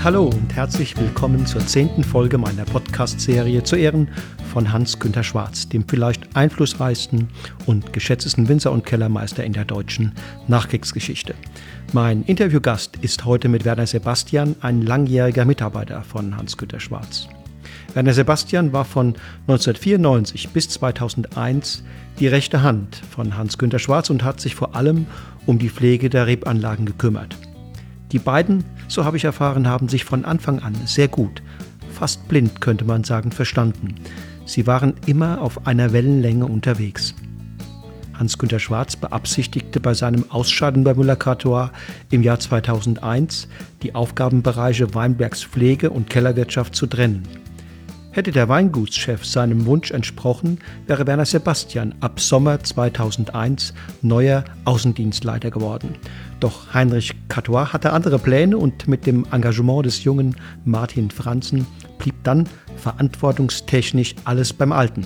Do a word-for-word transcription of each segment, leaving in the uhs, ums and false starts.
Hallo und herzlich willkommen zur zehnten Folge meiner Podcast-Serie zu Ehren von Hans-Günter Schwarz, dem vielleicht einflussreichsten und geschätztesten Winzer und Kellermeister in der deutschen Nachkriegsgeschichte. Mein Interviewgast ist heute mit Werner Sebastian, ein langjähriger Mitarbeiter von Hans-Günter Schwarz. Werner Sebastian war von neunzehnhundertvierundneunzig bis zweitausendeins die rechte Hand von Hans-Günter Schwarz und hat sich vor allem um die Pflege der Rebanlagen gekümmert. Die beiden, so habe ich erfahren, haben sich von Anfang an sehr gut, fast blind könnte man sagen, verstanden. Sie waren immer auf einer Wellenlänge unterwegs. Hans-Günter Schwarz beabsichtigte bei seinem Ausscheiden bei Müller-Cartois im Jahr zweitausendeins, die Aufgabenbereiche Weinbergspflege und Kellerwirtschaft zu trennen. Hätte der Weingutschef seinem Wunsch entsprochen, wäre Werner Sebastian ab Sommer zweitausendeins neuer Außendienstleiter geworden. Doch Heinrich Cartois hatte andere Pläne und mit dem Engagement des jungen Martin Franzen blieb dann verantwortungstechnisch alles beim Alten.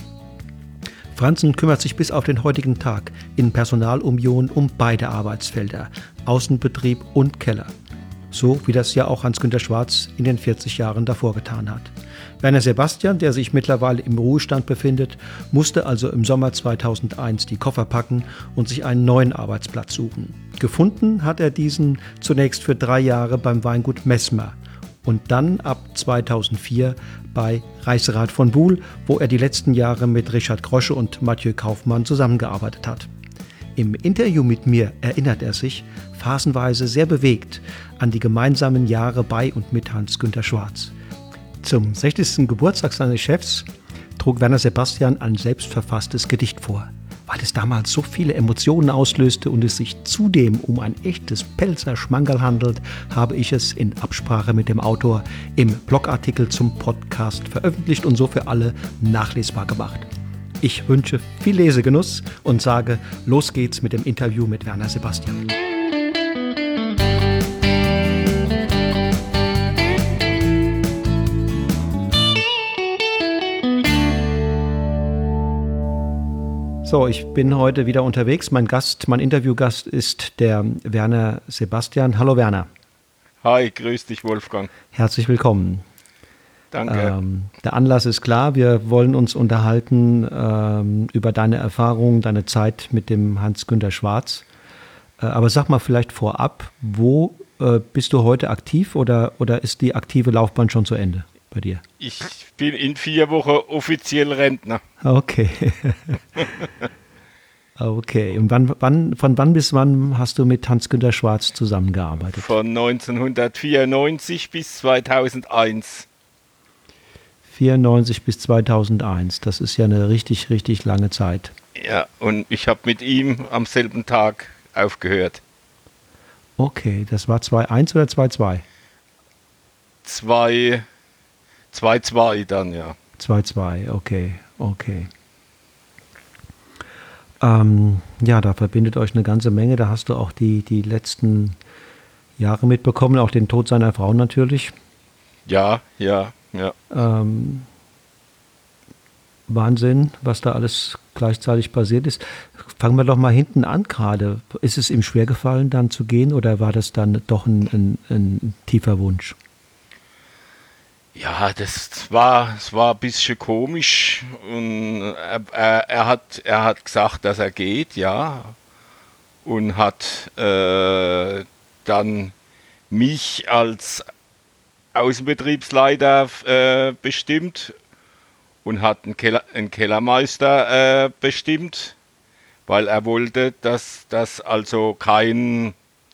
Franzen kümmert sich bis auf den heutigen Tag in Personalunion um beide Arbeitsfelder, Außenbetrieb und Keller. So wie das ja auch Hans-Günter Schwarz in den vierzig Jahren davor getan hat. Werner Sebastian, der sich mittlerweile im Ruhestand befindet, musste also im Sommer zweitausendeins die Koffer packen und sich einen neuen Arbeitsplatz suchen. Gefunden hat er diesen zunächst für drei Jahre beim Weingut Messmer und dann ab zweitausendvier bei Reichsrat von Buhl, wo er die letzten Jahre mit Richard Grosche und Mathieu Kaufmann zusammengearbeitet hat. Im Interview mit mir erinnert er sich, phasenweise sehr bewegt, an die gemeinsamen Jahre bei und mit Hans-Günter Schwarz. Zum sechzigsten Geburtstag seines Chefs trug Werner Sebastian ein selbstverfasstes Gedicht vor. Weil es damals so viele Emotionen auslöste und es sich zudem um ein echtes Pelzer Schmankerl handelt, habe ich es in Absprache mit dem Autor im Blogartikel zum Podcast veröffentlicht und so für alle nachlesbar gemacht. Ich wünsche viel Lesegenuss und sage, los geht's mit dem Interview mit Werner Sebastian. So, ich bin heute wieder unterwegs. Mein Gast, mein Interviewgast ist der Werner Sebastian. Hallo Werner. Hi, grüß dich Wolfgang. Herzlich willkommen. Danke. Ähm, der Anlass ist klar, wir wollen uns unterhalten ähm, über deine Erfahrungen, deine Zeit mit dem Hans-Günter Schwarz. Äh, aber sag mal vielleicht vorab, wo äh, bist du heute aktiv oder, oder ist die aktive Laufbahn schon zu Ende bei dir? Ich bin in vier Wochen offiziell Rentner. Okay. Okay. Und wann, wann, von wann bis wann hast du mit Hans-Günter Schwarz zusammengearbeitet? Von neunzehnhundertvierundneunzig bis zweitausendeins. vierundneunzig bis zweitausendeins. Das ist ja eine richtig, richtig lange Zeit. Ja, und ich habe mit ihm am selben Tag aufgehört. Okay, das war zwei eins oder zwei zwei? zwei zwei dann, ja. zwei zwei, okay, okay. Ähm, ja, da verbindet euch eine ganze Menge. Da hast du auch die, die letzten Jahre mitbekommen, auch den Tod seiner Frau natürlich. Ja, ja, ja. Ähm, Wahnsinn, was da alles gleichzeitig passiert ist. Fangen wir doch mal hinten an gerade. Ist es ihm schwer gefallen, dann zu gehen oder war das dann doch ein, ein, ein tiefer Wunsch? Ja, das war, es war ein bisschen komisch und er, er, er, hat, er hat gesagt, dass er geht, ja, und hat äh, dann mich als Außenbetriebsleiter äh, bestimmt und hat einen, Keller, einen Kellermeister äh, bestimmt, weil er wollte, dass das also kein,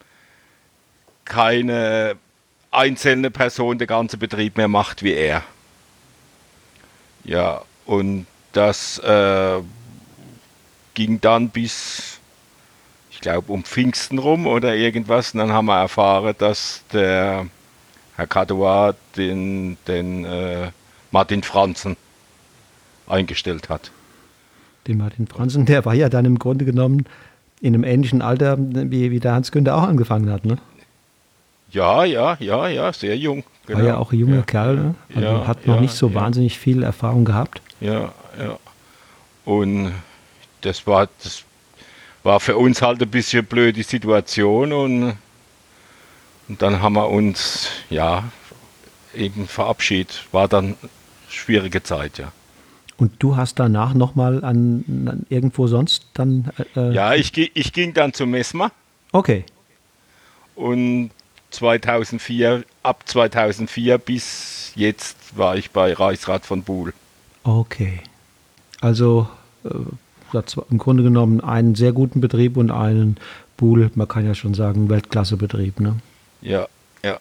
keine einzelne Person der ganze Betrieb mehr macht wie er. Ja, und das äh, ging dann bis, ich glaube, um Pfingsten rum oder irgendwas. Und dann haben wir erfahren, dass der Herr Cartois den, den äh, Martin Franzen eingestellt hat. Den Martin Franzen, der war ja dann im Grunde genommen in einem ähnlichen Alter, wie, wie der Hans-Günter auch angefangen hat, ne? Ja, ja, ja, ja, sehr jung. Genau. War ja auch ein junger ja, Kerl, ne? Also ja, hat noch ja, nicht so ja. wahnsinnig viel Erfahrung gehabt. Ja, ja. Und das war, das war für uns halt ein bisschen eine blöde Situation und, und dann haben wir uns, ja, eben verabschiedet. War dann eine schwierige Zeit, ja. Und du hast danach nochmal an, an irgendwo sonst dann... Äh, ja, ich, ich ging dann zum Messmer. Okay. Und zweitausendvier, ab zweitausendvier bis jetzt war ich bei Reichsrat von Buhl. Okay. Also äh, im Grunde genommen einen sehr guten Betrieb und einen Buhl, man kann ja schon sagen, Weltklassebetrieb, ne? Ja, ja.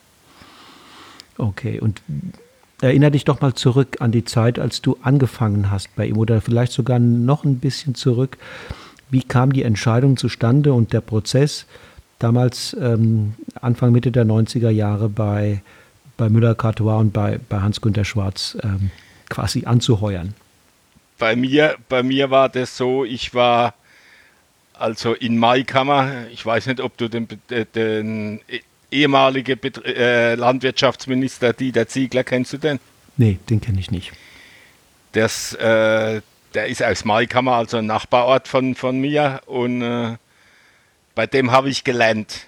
Okay, und erinnere dich doch mal zurück an die Zeit, als du angefangen hast bei ihm oder vielleicht sogar noch ein bisschen zurück. Wie kam die Entscheidung zustande und der Prozess damals ähm, Anfang, Mitte der neunziger Jahre bei, bei Müller-Cartois und bei, bei Hans-Günter Schwarz ähm, quasi anzuheuern? Bei mir, bei mir war das so, ich war also in Maikammer, ich weiß nicht, ob du den, den ehemaligen äh, Landwirtschaftsminister Dieter Ziegler, kennst du den? Nee, den kenne ich nicht. Das, äh, der ist aus Maikammer, also ein Nachbarort von, von mir, und äh, bei dem habe ich gelernt.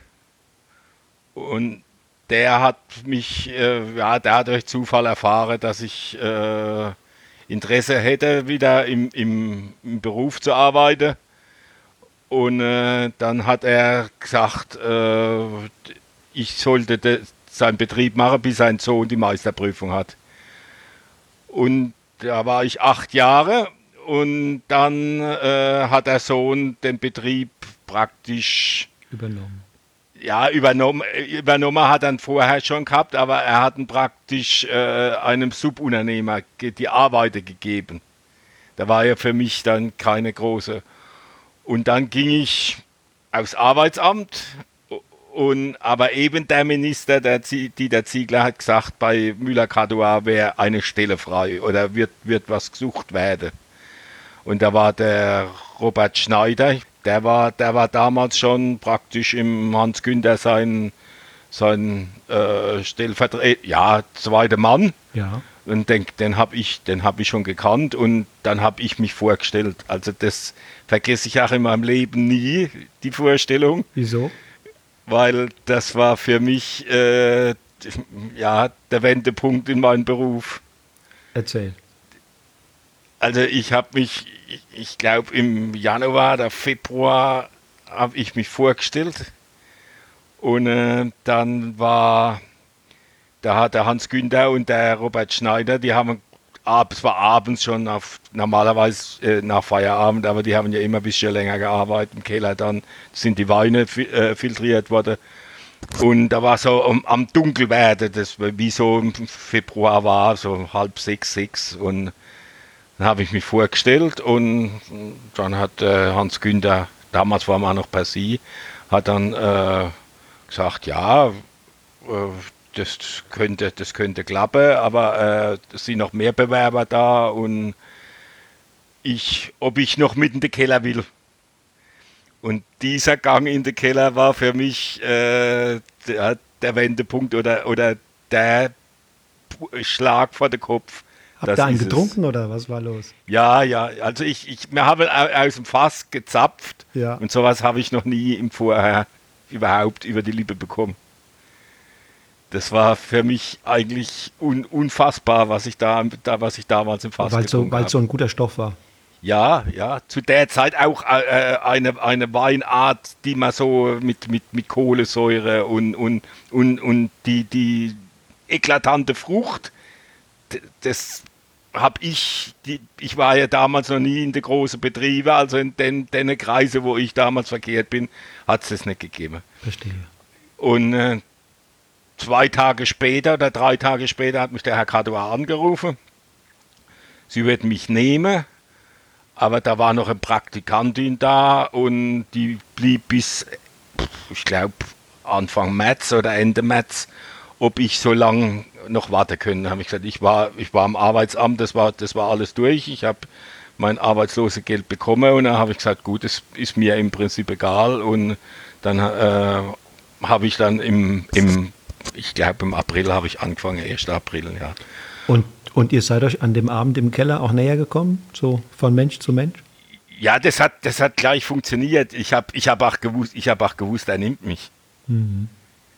Und der hat mich, äh, ja, der hat durch Zufall erfahren, dass ich äh, Interesse hätte, wieder im, im, im Beruf zu arbeiten. Und äh, dann hat er gesagt, äh, ich sollte de, seinen Betrieb machen, bis sein Sohn die Meisterprüfung hat. Und da war ich acht Jahre und dann äh, hat der Sohn den Betrieb praktisch übernommen. Ja, übernommen, übernommen hat er vorher schon gehabt, aber er hat ihn praktisch äh, einem Subunternehmer die Arbeiter gegeben. Da war ja für mich dann keine große. Und dann ging ich aufs Arbeitsamt, und, aber eben der Minister, der Dieter Ziegler, hat gesagt, bei Müller-Cartois wäre eine Stelle frei oder wird, wird was gesucht werden. Und da war der Robert Schneider, der war, der war damals schon praktisch im Hans-Günter sein, sein äh, Stellvertreter, ja, zweiter Mann. Ja. Und den, den habe ich, den hab ich schon gekannt und dann habe ich mich vorgestellt. Also das vergesse ich auch in meinem Leben nie, die Vorstellung. Wieso? Weil das war für mich äh, ja, der Wendepunkt in meinem Beruf. Erzähl. Also ich habe mich, ich, ich glaube im Januar oder Februar habe ich mich vorgestellt und äh, dann war, da hat der Hans-Günter und der Robert Schneider, die haben, es war abends schon, auf, normalerweise äh, nach Feierabend, aber die haben ja immer ein bisschen länger gearbeitet im Keller, dann sind die Weine fi, äh, filtriert worden und da war so um, am Dunkelwerden, das wie so im Februar war, so halb sechs, sechs und dann habe ich mich vorgestellt und dann hat äh, Hans-Günter, damals waren wir noch per Sie, hat dann äh, gesagt, ja, äh, das könnte, das könnte klappen, aber äh, es sind noch mehr Bewerber da und ich, ob ich noch mit in den Keller will. Und dieser Gang in den Keller war für mich äh, der, der Wendepunkt oder, oder der Schlag vor den Kopf. Habt ihr einen getrunken es. Oder was war los? Ja, ja, also ich, ich wir haben aus dem Fass gezapft ja. Und sowas habe ich noch nie im Vorher überhaupt über die Lippe bekommen. Das war für mich eigentlich un, unfassbar, was ich da, da, was ich damals im Fass getrunken so, habe. Weil es so ein guter Stoff war. Ja, ja, zu der Zeit auch äh, eine, eine Weinart, die man so mit, mit, mit Kohlensäure und, und, und, und die, die eklatante Frucht, das habe ich, die, ich war ja damals noch nie in den großen Betrieben, also in den, den Kreise, wo ich damals verkehrt bin, hat es das nicht gegeben. Verstehe. Und äh, zwei Tage später oder drei Tage später hat mich der Herr Cartois angerufen. Sie würden mich nehmen, aber da war noch eine Praktikantin da und die blieb bis, ich glaube, Anfang März oder Ende März, ob ich so lange noch warten können. Da habe ich gesagt, ich war, ich war am Arbeitsamt, das war, das war alles durch. Ich habe mein Arbeitslosengeld bekommen und dann habe ich gesagt, gut, das ist mir im Prinzip egal. Und dann äh, habe ich dann im, im ich glaube im April habe ich angefangen, ersten April, ja. Und, und ihr seid euch an dem Abend im Keller auch näher gekommen, so von Mensch zu Mensch? Ja, das hat, das hat gleich funktioniert. Ich habe ich hab auch gewusst, ich habe auch gewusst, er nimmt mich. Mhm.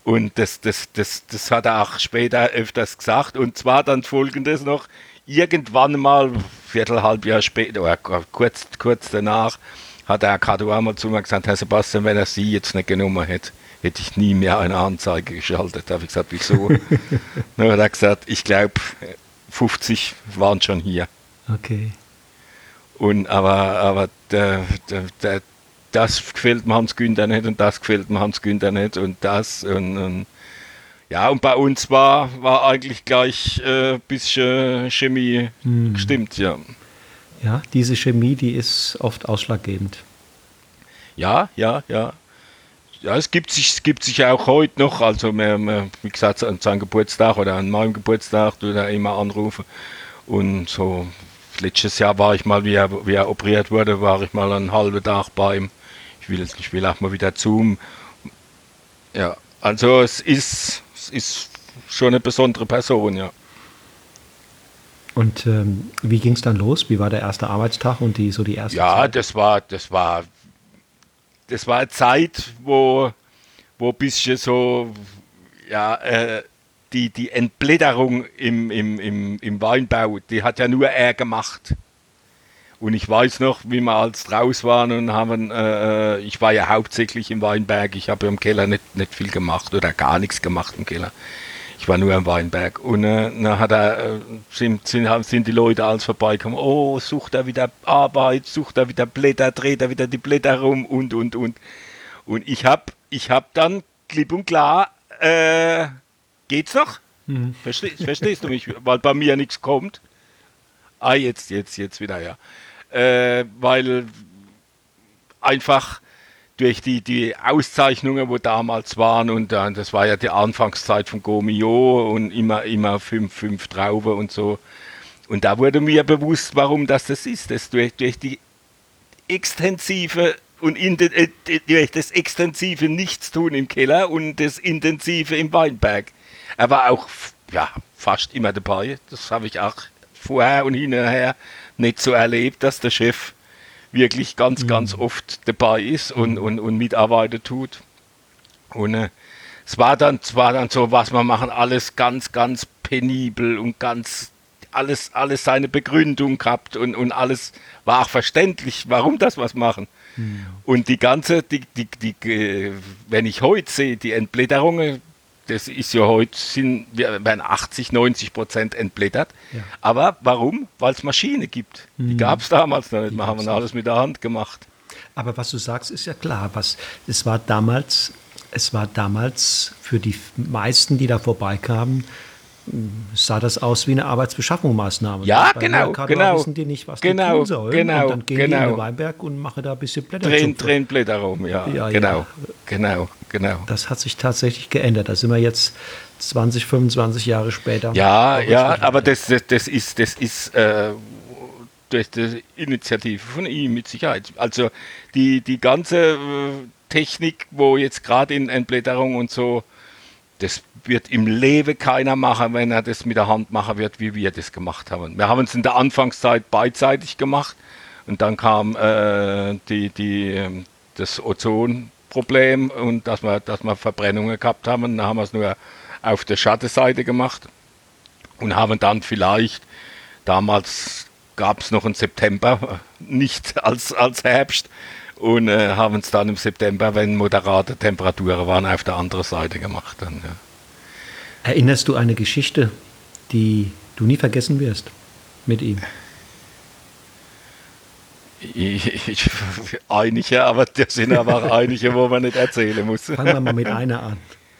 Und das, das, das, das hat er auch später öfters gesagt. Und zwar dann folgendes noch, irgendwann mal, viertel, halb Jahr später, oder kurz, kurz danach, hat der Herr Kadu einmal zu mir gesagt, Herr Sebastian, wenn er Sie jetzt nicht genommen hätte, hätte ich nie mehr eine Anzeige geschaltet. Da habe ich gesagt, wieso? Dann hat er gesagt, ich glaube, fünfzig waren schon hier. Okay. Und aber, aber der, der, der, das gefällt mir Hans Günther nicht und das gefällt mir Hans Günther nicht und das und, und ja, und bei uns war, war eigentlich gleich ein äh, bisschen Chemie hm. gestimmt, ja. Ja, diese Chemie, die ist oft ausschlaggebend. Ja, ja, ja. Ja, es gibt sich, es gibt sich auch heute noch, also wir, wir, wie gesagt, an seinem Geburtstag oder an meinem Geburtstag, du da immer anrufen. Und so, letztes Jahr war ich mal, wie er, wie er operiert wurde, war ich mal einen halben Tag bei ihm. Ich will, ich will auch mal wieder zoomen. Ja, also es ist, es ist schon eine besondere Person, ja. Und ähm, wie ging es dann los? Wie war der erste Arbeitstag und die so die erste Ja, Zeit? das war, das war, das war eine Zeit, wo, wo ein bisschen so, ja, äh, die, die Entblätterung im, im, im, im Weinbau, die hat ja nur er gemacht. Und ich weiß noch, wie wir als raus waren und haben, äh, ich war ja hauptsächlich im Weinberg, ich habe im Keller nicht, nicht viel gemacht oder gar nichts gemacht im Keller. Ich war nur im Weinberg. Und äh, dann hat er, äh, sind, sind, sind die Leute alles vorbeigekommen, oh, sucht er wieder Arbeit, sucht er wieder Blätter, dreht er wieder die Blätter rum und, und, und. Und ich habe ich hab dann klipp und klar, äh, geht's noch? Mhm. Versteh, verstehst du mich? Weil bei mir nichts kommt. Ah, jetzt, jetzt, jetzt wieder, ja. Äh, weil einfach durch die, die Auszeichnungen, wo damals waren, und äh, das war ja die Anfangszeit von Gomio und immer, immer fünf, fünf Trauben und so. Und da wurde mir bewusst, warum das das ist. Das durch, durch die extensive und in de, äh, durch das extensive Nichtstun im Keller und das intensive im Weinberg. Er war auch ja, fast immer dabei. Das habe ich auch vorher und hinterher nicht so erlebt, dass der Chef wirklich ganz, mhm. ganz oft dabei ist und, und, und Mitarbeiter tut. Und äh, es war dann, es war dann so, was wir machen, alles ganz, ganz penibel und ganz, alles, alles seine Begründung gehabt und, und alles war auch verständlich, warum das was machen. Mhm. Und die ganze, die, die, die, wenn ich heute sehe, die Entblätterungen, das ist ja heute, sind, wir werden achtzig, neunzig Prozent entblättert. Ja. Aber warum? Weil es Maschine gibt. Mhm. Die gab es damals noch nicht. Die wir haben alles mit der Hand gemacht. Aber was du sagst, ist ja klar. Was, es war damals, es war damals für die meisten, die da vorbeikamen, sah das aus wie eine Arbeitsbeschaffungsmaßnahme. Ja, Bei genau, genau. Wissen die nicht, was genau, die tun sollen. Genau, und dann gehen genau. die in den Weinberg und machen da ein bisschen Blätter. Drehen, drehen Blätter rum, ja. ja genau, ja. genau, genau. Das hat sich tatsächlich geändert. Da sind wir jetzt zwanzig, fünfundzwanzig Jahre später. Ja, ja, aber das, das, das ist, das ist äh, durch die Initiative von ihm mit Sicherheit. Also die, die ganze äh, Technik, wo jetzt gerade in Entblätterung und so, das wird im Leben keiner machen, wenn er das mit der Hand machen wird, wie wir das gemacht haben. Wir haben es in der Anfangszeit beidseitig gemacht und dann kam äh, die, die, das Ozonproblem und dass wir, dass wir Verbrennungen gehabt haben. Dann haben wir es nur auf der Schattenseite gemacht und haben dann vielleicht, damals gab es noch einen September, nicht als, als Herbst, und äh, haben es dann im September, wenn moderate Temperaturen waren, auf der anderen Seite gemacht. Dann, ja. Erinnerst du eine Geschichte, die du nie vergessen wirst mit ihm? Ich, ich, einige, aber das sind aber auch einige, wo man nicht erzählen muss. Fangen wir mal mit einer an.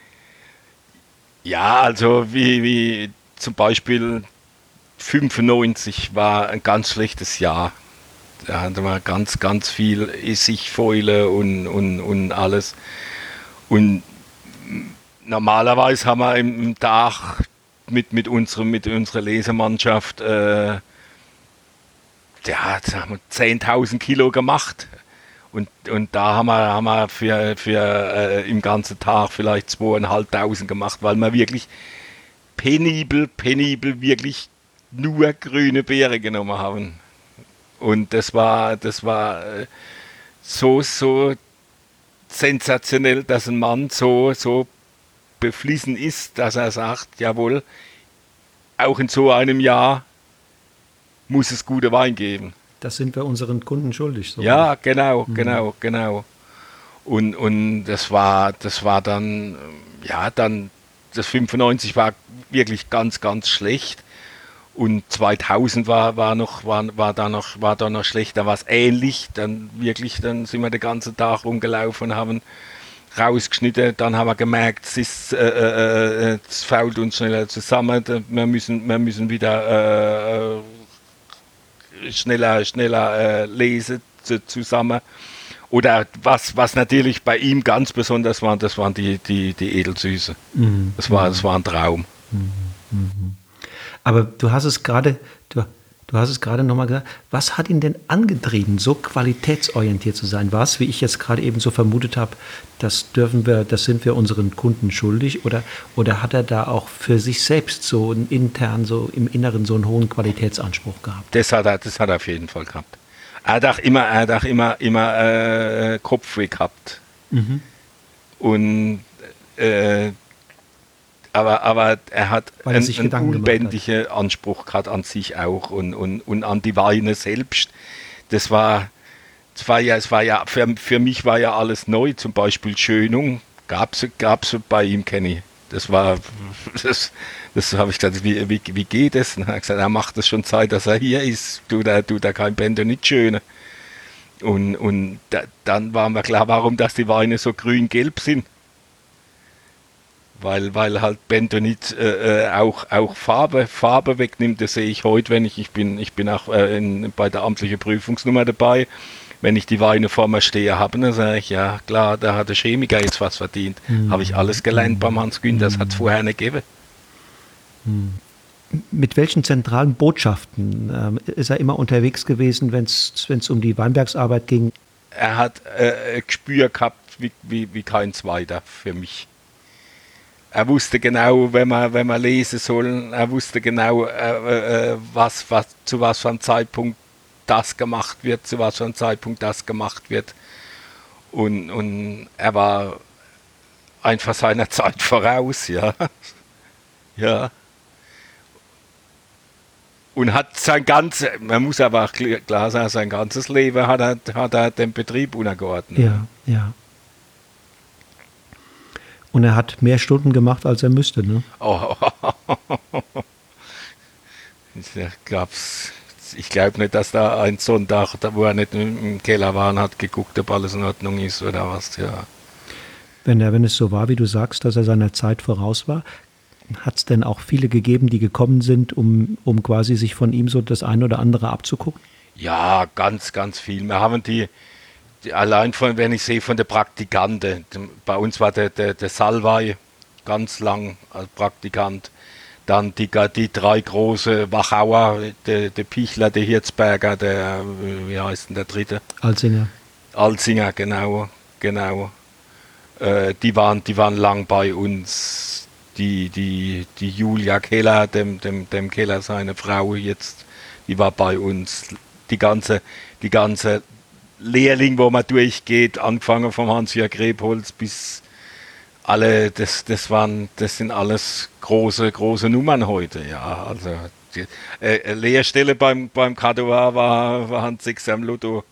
Ja, also wie, wie zum Beispiel fünfundneunzig war ein ganz schlechtes Jahr. Da hatten wir ganz, ganz viel Essigfäule und, und, und alles. Und normalerweise haben wir im Tag mit, mit, unserem, mit unserer Lesemannschaft äh, ja, zehntausend Kilo gemacht. Und, und da haben wir, haben wir für, für äh, im ganzen Tag vielleicht zweitausendfünfhundert gemacht, weil wir wirklich penibel, penibel wirklich nur grüne Beere genommen haben. Und das war, das war so, so sensationell, dass ein Mann so, so beflissen ist, dass er sagt, jawohl, auch in so einem Jahr muss es gute Wein geben. Das sind wir unseren Kunden schuldig. So ja, nicht. genau, mhm. genau, genau. Und, und das war, das war dann, ja, dann, das fünfundneunzig war wirklich ganz, ganz schlecht. Und zweitausend war, war, noch, war, war, da noch, war da noch schlecht, da war es ähnlich. Dann wirklich, dann sind wir den ganzen Tag rumgelaufen und haben rausgeschnitten. Dann haben wir gemerkt, es ist, äh, äh, es fault uns schneller zusammen. Wir müssen, wir müssen wieder äh, schneller, schneller äh, lesen zusammen. Oder was, was natürlich bei ihm ganz besonders war, das waren die, die, die Edelsüße. Mhm. Das war, das war ein Traum. Mhm. Mhm. Aber du hast es gerade, du, du hast es gerade nochmal gesagt, was hat ihn denn angetrieben, so qualitätsorientiert zu sein? War es, wie ich jetzt gerade eben so vermutet habe, das dürfen wir, das sind wir unseren Kunden schuldig? Oder, oder hat er da auch für sich selbst so einen intern, so im Inneren so einen hohen Qualitätsanspruch gehabt? Das hat er, das hat er auf jeden Fall gehabt. Er hat auch immer, er hat auch immer, immer äh, Kopfweh gehabt. Mhm. Und äh, Aber, aber er hat Weil er sich einen, einen unbändigen Anspruch gehabt an sich auch und, und, und an die Weine selbst. Das war, das war ja, es war ja für, für mich war ja alles neu. Zum Beispiel Schönung gab es bei ihm, Kenny. Das war, das, das habe ich gesagt, wie, wie, wie geht es? Und er hat gesagt, er macht das schon Zeit, dass er hier ist. Tut er, tut er kein Bände nicht schöner. Und, und da, dann war mir klar, warum dass die Weine so grün-gelb sind. Weil, weil halt Bentonit äh, auch, auch Farbe, Farbe wegnimmt. Das sehe ich heute, wenn ich, ich bin, ich bin auch äh, in, bei der amtlichen Prüfungsnummer dabei. Wenn ich die Weine vor mir stehe habe, dann sage ich, ja klar, da hat der Chemiker jetzt was verdient. Mhm. Habe ich alles gelernt mhm. beim Hans Günther, das hat es vorher nicht gegeben. Mhm. Mit welchen zentralen Botschaften ähm, ist er immer unterwegs gewesen, wenn es um die Weinbergsarbeit ging? Er hat äh, ein Gespür gehabt wie, wie, wie kein zweiter für mich. Er wusste genau, wenn man, wenn man lesen soll, er wusste genau, äh, äh, was, was, zu was für einem Zeitpunkt das gemacht wird, zu was für einem Zeitpunkt das gemacht wird. Und, und er war einfach seiner Zeit voraus, ja. ja. Und hat sein ganzes, man muss aber auch klar sagen, sein ganzes Leben hat er, hat er dem Betrieb untergeordnet. Ja, ja. Und er hat mehr Stunden gemacht, als er müsste, ne? Oh, ich glaube nicht, dass da ein Sonntag, wo er nicht im Keller war und hat geguckt, ob alles in Ordnung ist oder was, ja. Wenn, er, wenn es so war, wie du sagst, dass er seiner Zeit voraus war, hat es denn auch viele gegeben, die gekommen sind, um, um quasi sich von ihm so das eine oder andere abzugucken? Ja, ganz, ganz viel. Wir haben die, die allein von, wenn ich sehe, von der Praktikanten. Bei uns war der, der, der Salvay ganz lang als Praktikant. Dann die, die drei große Wachauer, der, der Pichler, der Hirzberger, der, wie heißt denn der dritte? Alsinger. Alsinger, genau, genau. Äh, die, waren, die waren lang bei uns. Die, die, die Julia Keller, dem, dem, dem Keller, seine Frau jetzt, die war bei uns. Die ganze, die ganze Lehrling, wo man durchgeht, angefangen vom Hans-Jörg Rebholz bis alle, das, das waren, das sind alles große, große Nummern heute, ja. Also die äh, Lehrstelle beim, beim Kadoa war, war Hans Sechser im Lotto.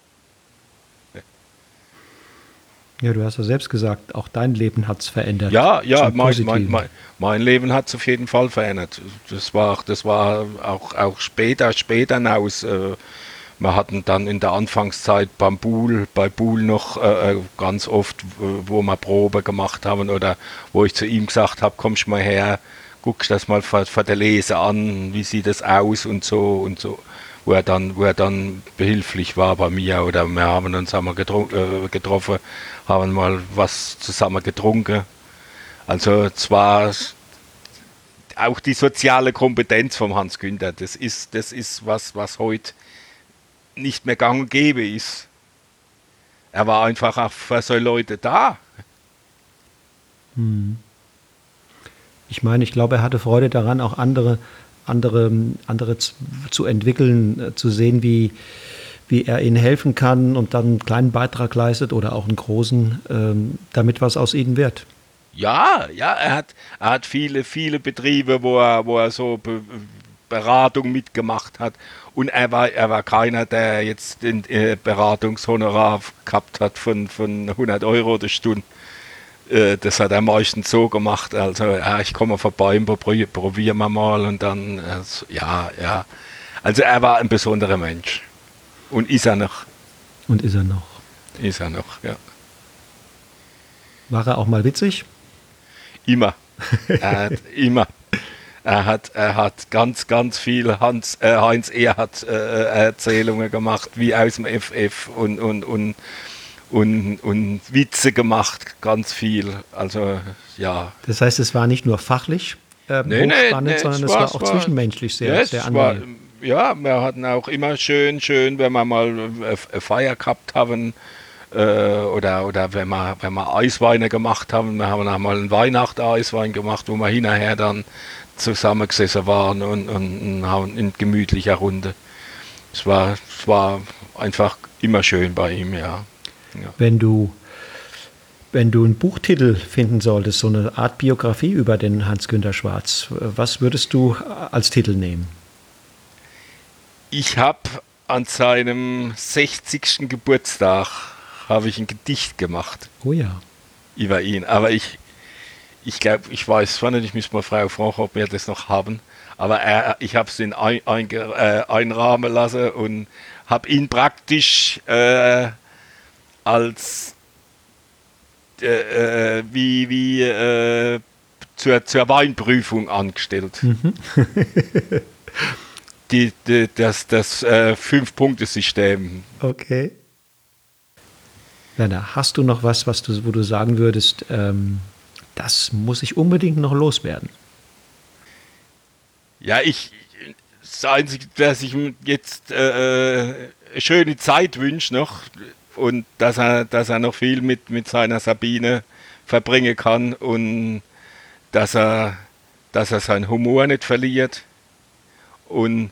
Ja, du hast ja selbst gesagt, auch dein Leben hat es verändert. Ja, ja, mein, mein, mein, mein Leben hat es auf jeden Fall verändert. Das war, das war auch, auch später, später hinaus. Äh, wir hatten dann in der Anfangszeit beim Buhl, bei Buhl noch äh, ganz oft, wo wir Probe gemacht haben oder wo ich zu ihm gesagt habe, kommst mal her, guckst das mal vor, vor der Lese an, wie sieht das aus und so und so. Wo er dann, wo er dann behilflich war bei mir oder wir haben uns einmal getro- äh, getroffen, haben mal was zusammen getrunken. Also zwar auch die soziale Kompetenz vom Hans Günther, das ist, das ist was, was heute nicht mehr gang und gäbe ist. Er war einfach auch für solche Leute da. Hm. Ich meine, ich glaube, er hatte Freude daran, auch andere andere, andere zu, zu entwickeln, zu sehen, wie, wie er ihnen helfen kann und dann einen kleinen Beitrag leistet oder auch einen großen, ähm, damit was aus ihnen wird. Ja, ja, er hat, er hat viele, viele Betriebe, wo er, wo er so Be Beratung mitgemacht hat. Und er war, er war keiner, der jetzt den äh, Beratungshonorar gehabt hat von, von hundert Euro die Stunde. Äh, das hat er meistens so gemacht. Also, ja, ich komme vorbei und probier, probieren wir mal. Und dann, also, ja, ja. Also, er war ein besonderer Mensch. Und ist er noch. Und ist er noch. Ist er noch, ja. War er auch mal witzig? Immer. Er hat immer. Er hat, er hat ganz, ganz viel Hans, äh, Heinz Erhardt äh, Erzählungen gemacht, wie aus dem F F und, und, und, und, und Witze gemacht, ganz viel. Also, ja. Das heißt, es war nicht nur fachlich äh, nee, hochspannend, nee, nee, sondern es war, war auch war, zwischenmenschlich sehr, ja, sehr war, angenehm. Ja, wir hatten auch immer schön, schön, wenn wir mal eine Feier gehabt haben. Oder, oder wenn wir, wenn wir Eisweine gemacht haben, wir haben auch mal einen Weihnachtseiswein gemacht, wo wir hinterher dann zusammengesessen waren und, und, und haben in gemütlicher Runde. Es war, es war einfach immer schön bei ihm, ja. ja. Wenn du, wenn du einen Buchtitel finden solltest, so eine Art Biografie über den Hans-Günter Schwarz, was würdest du als Titel nehmen? Ich habe an seinem sechzigsten Geburtstag habe ich ein Gedicht gemacht. Oh ja. Über ihn. Aber ich, ich glaube, ich weiß zwar nicht, ich muss mal Frau fragen, ob wir das noch haben. Aber er, ich habe es ihn ein, ein, äh, einrahmen lassen und habe ihn praktisch äh, als äh, äh, wie, wie äh, zur, zur Weinprüfung angestellt. Mhm. die, die, das das äh, Fünf-Punkte-System. Okay. Werner, hast du noch was, was du, wo du sagen würdest, ähm, das muss ich unbedingt noch loswerden? Ja, ich, das Einzige, dass ich ihm jetzt äh, eine schöne Zeit wünsche noch und dass er, dass er noch viel mit, mit seiner Sabine verbringen kann und dass er, dass er seinen Humor nicht verliert und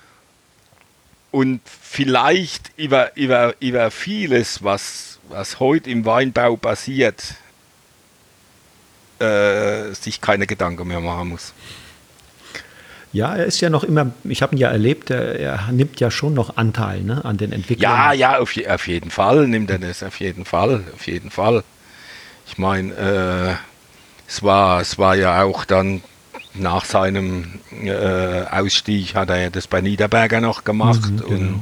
und vielleicht über, über, über vieles, was, was heute im Weinbau passiert, äh, sich keine Gedanken mehr machen muss. Ja, er ist ja noch immer, ich habe ihn ja erlebt, er, er nimmt ja schon noch Anteil, ne, an den Entwicklungen. Ja, ja, auf, auf jeden Fall nimmt er das, auf jeden Fall, auf jeden Fall. Ich meine, äh, es war, es war ja auch dann nach seinem äh, Ausstieg hat er ja das bei Niederberger noch gemacht. Mhm, genau. und,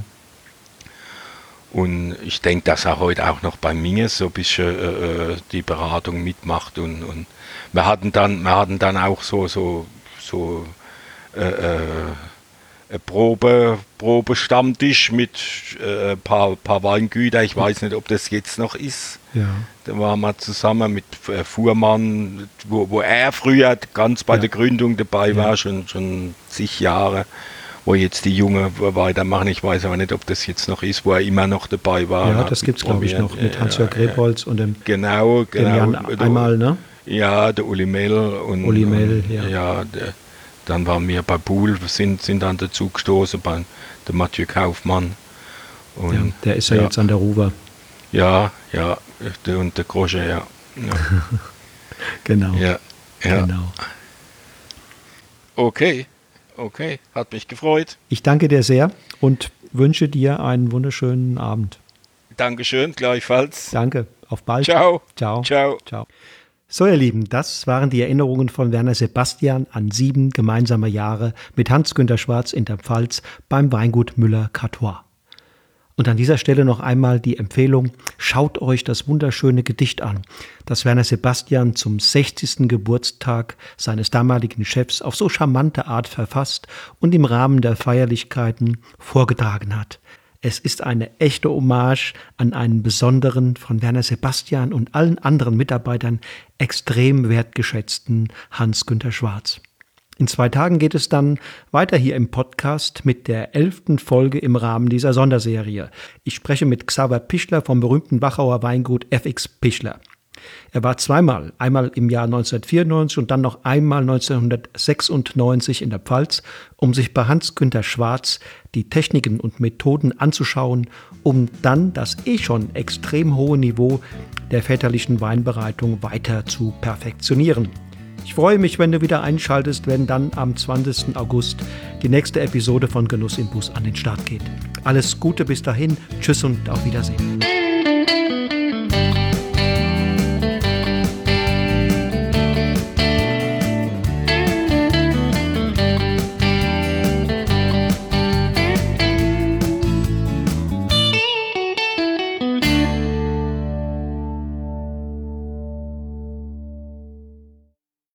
und ich denke, dass er heute auch noch bei mir so ein bisschen äh, die Beratung mitmacht. Und, und wir hatten dann, wir hatten dann auch so, so, so äh, äh, Probe, Probestammtisch mit ein äh, paar, paar Weingüter. Ich weiß nicht, ob das jetzt noch ist. Ja. Da waren wir zusammen mit äh, Fuhrmann, wo, wo er früher ganz bei ja. der Gründung dabei war, ja. schon, schon zig Jahre, wo jetzt die Jungen weitermachen. Ich weiß aber nicht, ob das jetzt noch ist, wo er immer noch dabei war. Ja, das gibt es, glaube ich, noch mit Hans-Jörg Rebholz und dem, genau, genau, dem Jan einmal, ne? Ja, der Uli Mehl. Und, Uli Mehl, ja. Und, ja der, dann waren wir bei Buhl, sind, sind dann dazu gestoßen, bei der Mathieu Kaufmann. Und, ja, der ist ja, ja jetzt an der Ruwer. Ja, ja, der, und der Grosche, ja. ja. genau. Ja, ja. Genau. Okay, okay, hat mich gefreut. Ich danke dir sehr und wünsche dir einen wunderschönen Abend. Dankeschön, gleichfalls. Danke, auf bald. Ciao. Ciao. Ciao. Ciao. So, ihr Lieben, das waren die Erinnerungen von Werner Sebastian an sieben gemeinsame Jahre mit Hans-Günter Schwarz in der Pfalz beim Weingut Müller-Cartois. Und an dieser Stelle noch einmal die Empfehlung, schaut euch das wunderschöne Gedicht an, das Werner Sebastian zum sechzigsten Geburtstag seines damaligen Chefs auf so charmante Art verfasst und im Rahmen der Feierlichkeiten vorgetragen hat. Es ist eine echte Hommage an einen besonderen, von Werner Sebastian und allen anderen Mitarbeitern extrem wertgeschätzten Hans-Günter Schwarz. In zwei Tagen geht es dann weiter hier im Podcast mit der elften Folge im Rahmen dieser Sonderserie. Ich spreche mit Xaver Pichler vom berühmten Wachauer Weingut F X Pichler. Er war zweimal, einmal im Jahr neunzehnhundertvierundneunzig und dann noch einmal neunzehnhundertsechsundneunzig in der Pfalz, um sich bei Hans-Günter Schwarz die Techniken und Methoden anzuschauen, um dann das eh schon extrem hohe Niveau der väterlichen Weinbereitung weiter zu perfektionieren. Ich freue mich, wenn du wieder einschaltest, wenn dann am zwanzigsten August die nächste Episode von Genuss im Bus an den Start geht. Alles Gute bis dahin, tschüss und auf Wiedersehen.